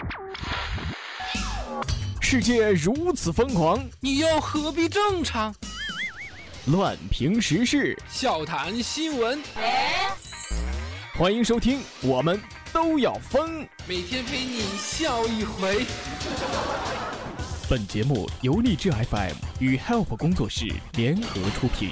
世界如此疯狂， 你又何必正常？ 乱评时事， 笑谈新闻， 欢迎收听，我们都要疯， 每天陪你笑一回。 本节目由荔枝 FM 与 Help 工作室联合出品。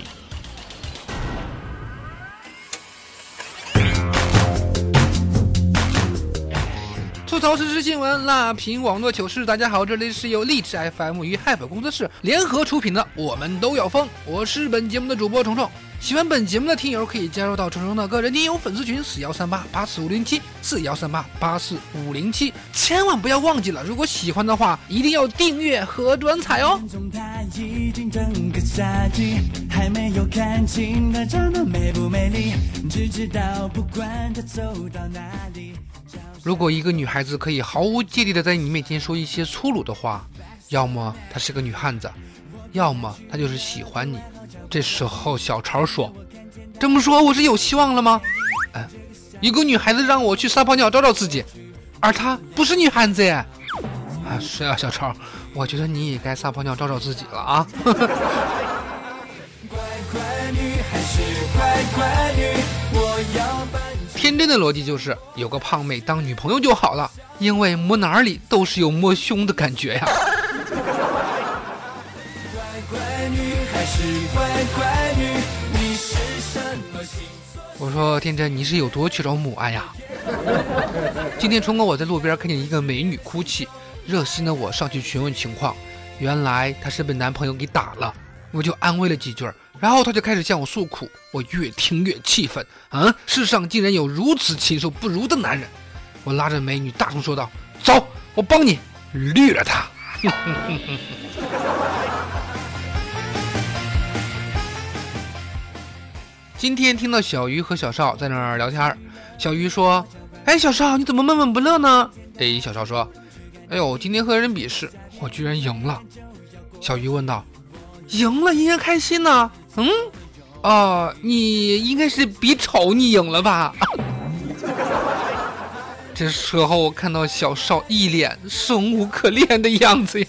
吐槽时事新闻，辣评网络糗事。大家好，这里是由荔枝 FM 与 Help 工作室联合出品的我们都要疯，我是本节目的主播虫虫。喜欢本节目的听友可以加入到虫虫的个人听友粉丝群41388455074138845507，千万不要忘记了，如果喜欢的话一定要订阅和转采哦。 已经整个夏季还没有看清她长得美不美丽，只知道不管她走到哪里。 如果一个女孩子可以毫无芥蒂的在你面前说一些粗鲁的话，要么她是个女汉子，要么她就是喜欢你。这时候小超说，这么说我是有希望了吗？一个女孩子让我去撒泡尿照照自己，而她不是女汉子耶。是啊，小超，我觉得你也该撒泡尿照照自己了啊。 乖乖女还是乖乖女，我要把天真的逻辑就是有个胖妹当女朋友就好了，因为摸哪里都是有摸胸的感觉呀。 乖乖女还是乖乖女，你是什么星座？ 我说天真，你是有多缺少母爱呀？今天冲哥我在路边看见一个美女哭泣，热心的我上去询问情况，原来她是被男朋友给打了，我就安慰了几句，然后她就开始向我诉苦，我越听越气愤世上竟然有如此禽兽不如的男人。我拉着美女大声说道，走，我帮你绿了他。今天听到小鱼和小邵在那儿聊天，小鱼说，小邵你怎么闷闷不乐呢？小邵说，今天和人比试我居然赢了。小鱼问道，赢了应该开心呢？你应该是比丑你赢了吧？这时候我看到小邵一脸生无可恋的样子呀。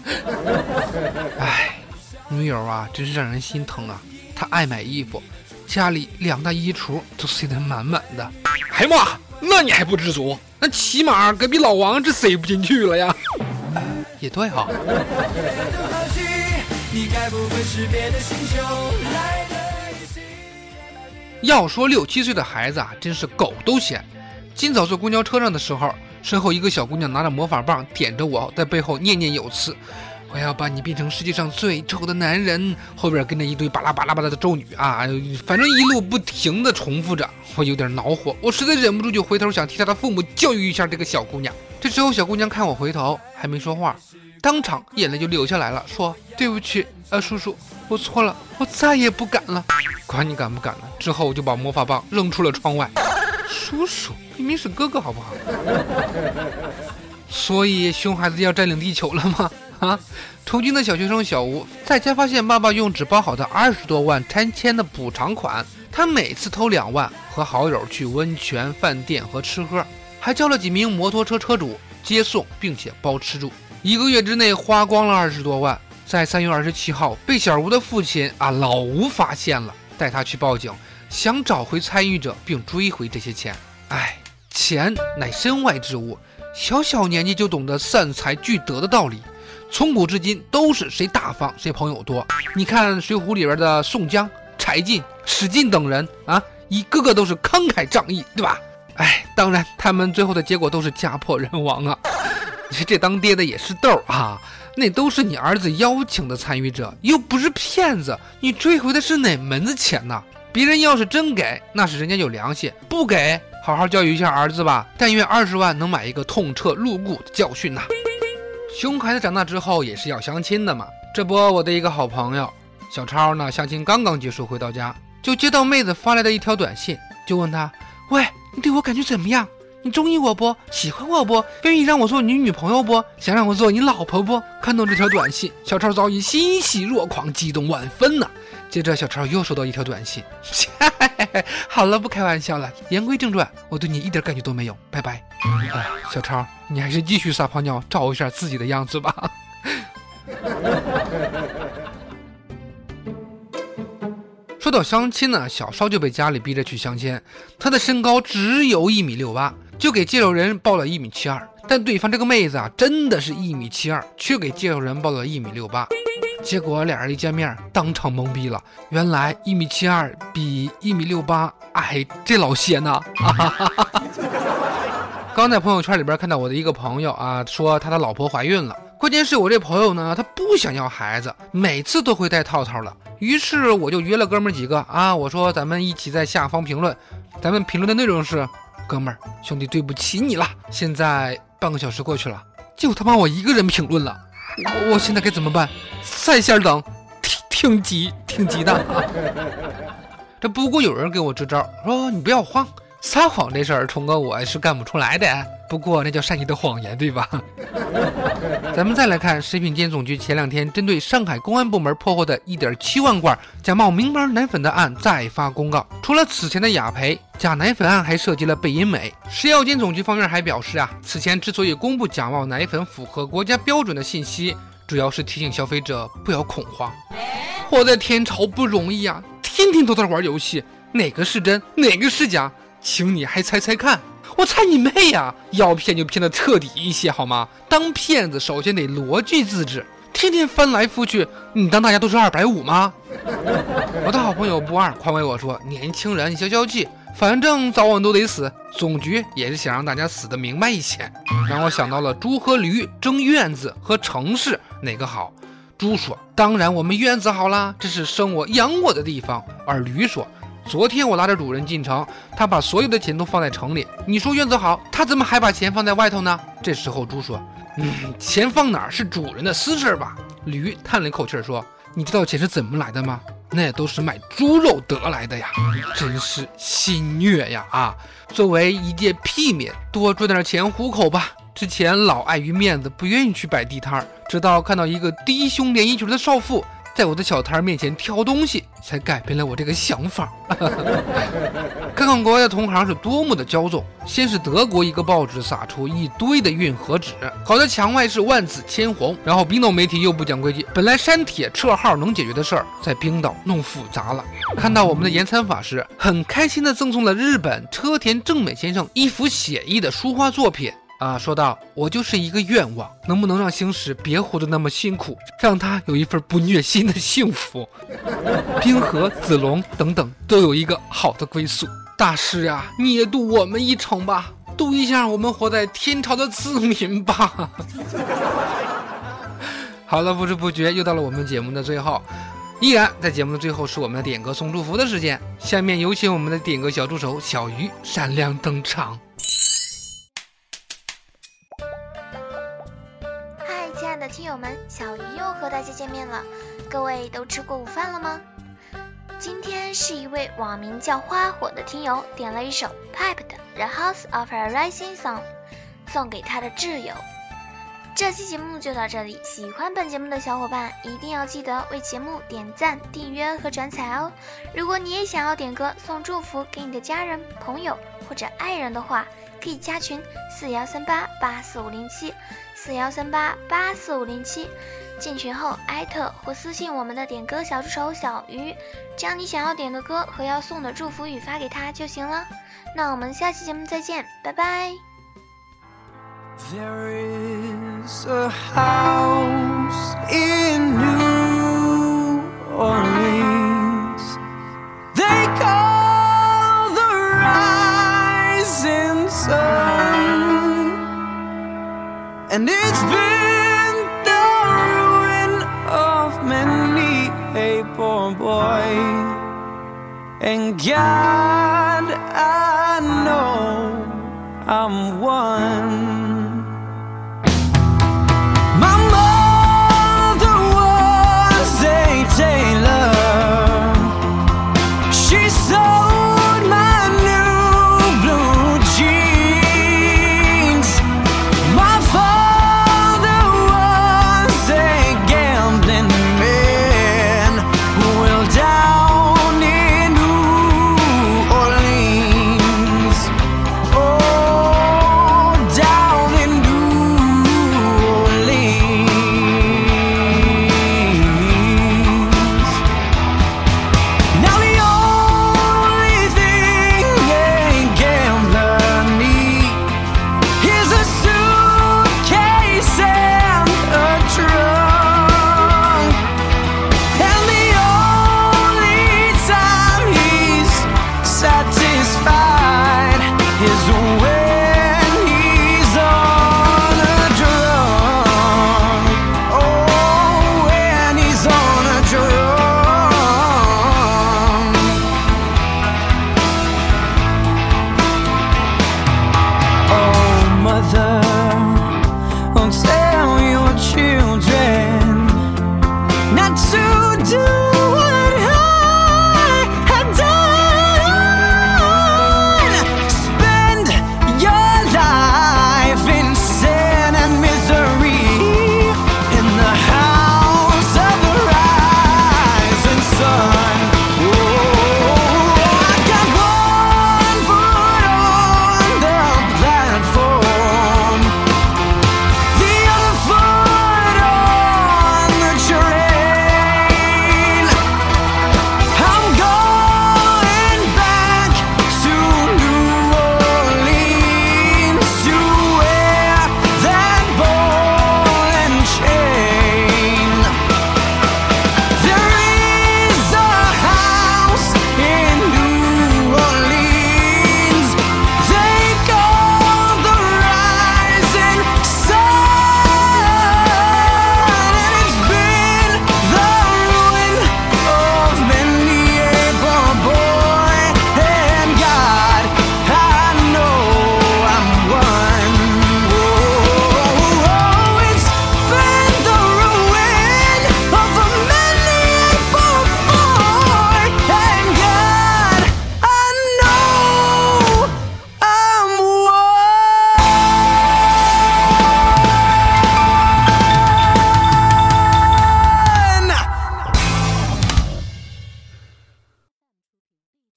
女友啊真是让人心疼啊，她爱买衣服，家里2大衣橱都塞得满满的。妈，那你还不知足？那起码隔壁老王这塞不进去了呀。也对哈。 你该不会是别的星球来的？ 要说6、7岁的孩子啊，真是狗都嫌。今早坐公交车上的时候，身后一个小姑娘拿着魔法棒点着我，在背后念念有词，我要把你变成世界上最丑的男人。后边跟着一堆巴拉巴拉巴拉的咒语反正一路不停的重复着，我有点恼火，我实在忍不住就回头想替他的父母教育一下这个小姑娘。这时候小姑娘看我回头还没说话，当场眼泪就流下来了，说对不起叔叔，我错了，我再也不敢了。管你敢不敢了，之后我就把魔法棒扔出了窗外。叔叔明明是哥哥好不好？所以熊孩子要占领地球了吗？重庆的小学生小吴在家发现爸爸用纸包好的20多万拆迁的补偿款，他每次偷2万和好友去温泉饭店和吃喝，还叫了几名摩托车车主接送并且包吃住，1个月之内花光了20多万。在3月27号被小吴的父亲老吴发现了，带他去报警，想找回参与者并追回这些钱。钱乃身外之物，小年纪就懂得散财聚德的道理，从古至今都是谁大方谁朋友多。你看水浒里边的宋江、柴进、史进等人一个个都是慷慨仗义，对吧？当然他们最后的结果都是家破人亡啊。这当爹的也是逗那都是你儿子邀请的参与者，又不是骗子，你追回的是哪门子钱呢？别人要是真给，那是人家有良心，不给好好教育一下儿子吧，但愿20万能买一个痛彻入骨的教训呐。熊孩子长大之后也是要相亲的嘛，这不我的一个好朋友小超呢，相亲刚刚结束回到家，就接到妹子发来的一条短信，就问他，喂，你对我感觉怎么样？你中意我不？喜欢我不？愿意让我做你女朋友不？想让我做你老婆不？看到这条短信，小超早已欣喜若狂，激动万分呢。 接着小超又收到一条短信，好了，不开玩笑了，言归正传，我对你一点感觉都没有，拜拜。哎，小超，你还是继续撒泡尿照一下自己的样子吧。说到相亲呢，小邵就被家里逼着去相亲，他的身高只有1.68米，就给介绍人报了1.72米，但对方这个妹子啊，真的是1.72米，却给介绍人报了1.68米。结果俩人一见面，当场懵逼了，原来1.72米比1.68米矮，这老些呢。刚在朋友圈里边看到我的一个朋友啊，说他的老婆怀孕了，关键是我这朋友呢，他不想要孩子，每次都会带套套了。于是我就约了哥们儿几个啊，我说咱们一起在下方评论，咱们评论的内容是：哥们儿，兄弟对不起你了。现在半个小时过去了，就他妈我一个人评论了，我现在该怎么办？在线等，挺急的啊。这不过有人给我支招，说你不要慌，撒谎这事儿，虫哥我是干不出来的。不过那叫善意的谎言，对吧？咱们再来看食品监总局前2天针对上海公安部门破获的1.7万罐假冒名牌奶粉的案再发公告。除了此前的雅培假奶粉案，还涉及了贝因美。食药监总局方面还表示啊，此前之所以公布假冒奶粉符合国家标准的信息，主要是提醒消费者不要恐慌。活在天朝不容易啊，天天都在玩游戏，哪个是真哪个是假，请你还猜猜看。我猜你妹呀！要骗就骗得彻底一些好吗？当骗子首先得逻辑自制，天天翻来覆去，你当大家都是250吗？我的好朋友不二宽慰我说，年轻人消消气，反正早晚都得死，总局也是想让大家死得明白一些。让我想到了猪和驴争院子和城市哪个好。猪说，当然我们院子好啦，这是生我养我的地方。而驴说，昨天我拉着主人进城，他把所有的钱都放在城里，你说院子好，他怎么还把钱放在外头呢？这时候猪说，钱放哪儿是主人的私事吧。驴叹了一口气说，你知道钱是怎么来的吗？那都是买猪肉得来的呀，真是心虐呀啊！作为一介屁民，多赚点钱糊口吧。之前老碍于面子不愿意去摆地摊，直到看到一个低胸连衣裙的少妇在我的小摊面前挑东西，才改变了我这个想法。看看国外的同行是多么的骄纵，先是德国一个报纸撒出一堆的运河纸，好在墙外是万紫千红，然后冰岛媒体又不讲规矩，本来删帖撤号能解决的事儿，在冰岛弄复杂了。看到我们的延参法师很开心的赠送了日本车田正美先生一幅写意的书画作品啊，说道，我就是一个愿望，能不能让星矢别活得那么辛苦，让他有一份不虐心的幸福。冰河、子龙等等都有一个好的归宿。大师呀，你也渡我们一程吧，渡一下我们活在天朝的子民吧。好了，不知不觉又到了我们节目的最后，依然在节目的最后是我们的点歌送祝福的时间。下面有请我们的点歌小助手小鱼闪亮登场。 亲爱的听友们，小鱼又和大家见面了。各位都吃过午饭了吗？今天是一位网名叫花火的听友点了一首 Pipe 的 The House of a Rising Sun， 送给他的挚友。这期节目就到这里，喜欢本节目的小伙伴一定要记得为节目点赞、订阅和转采哦。如果你也想要点歌送祝福给你的家人、朋友或者爱人的话，可以加群4138-84507，4138-84507，进群后艾特或私信我们的点歌小助手小鱼，将你想要点的歌和要送的祝福语发给他就行了。那我们下期节目再见，拜拜。 There is a house in New Orleans they call the Rising Sun, and it's been the ruin of many a poor boy. And God, I know I'm one.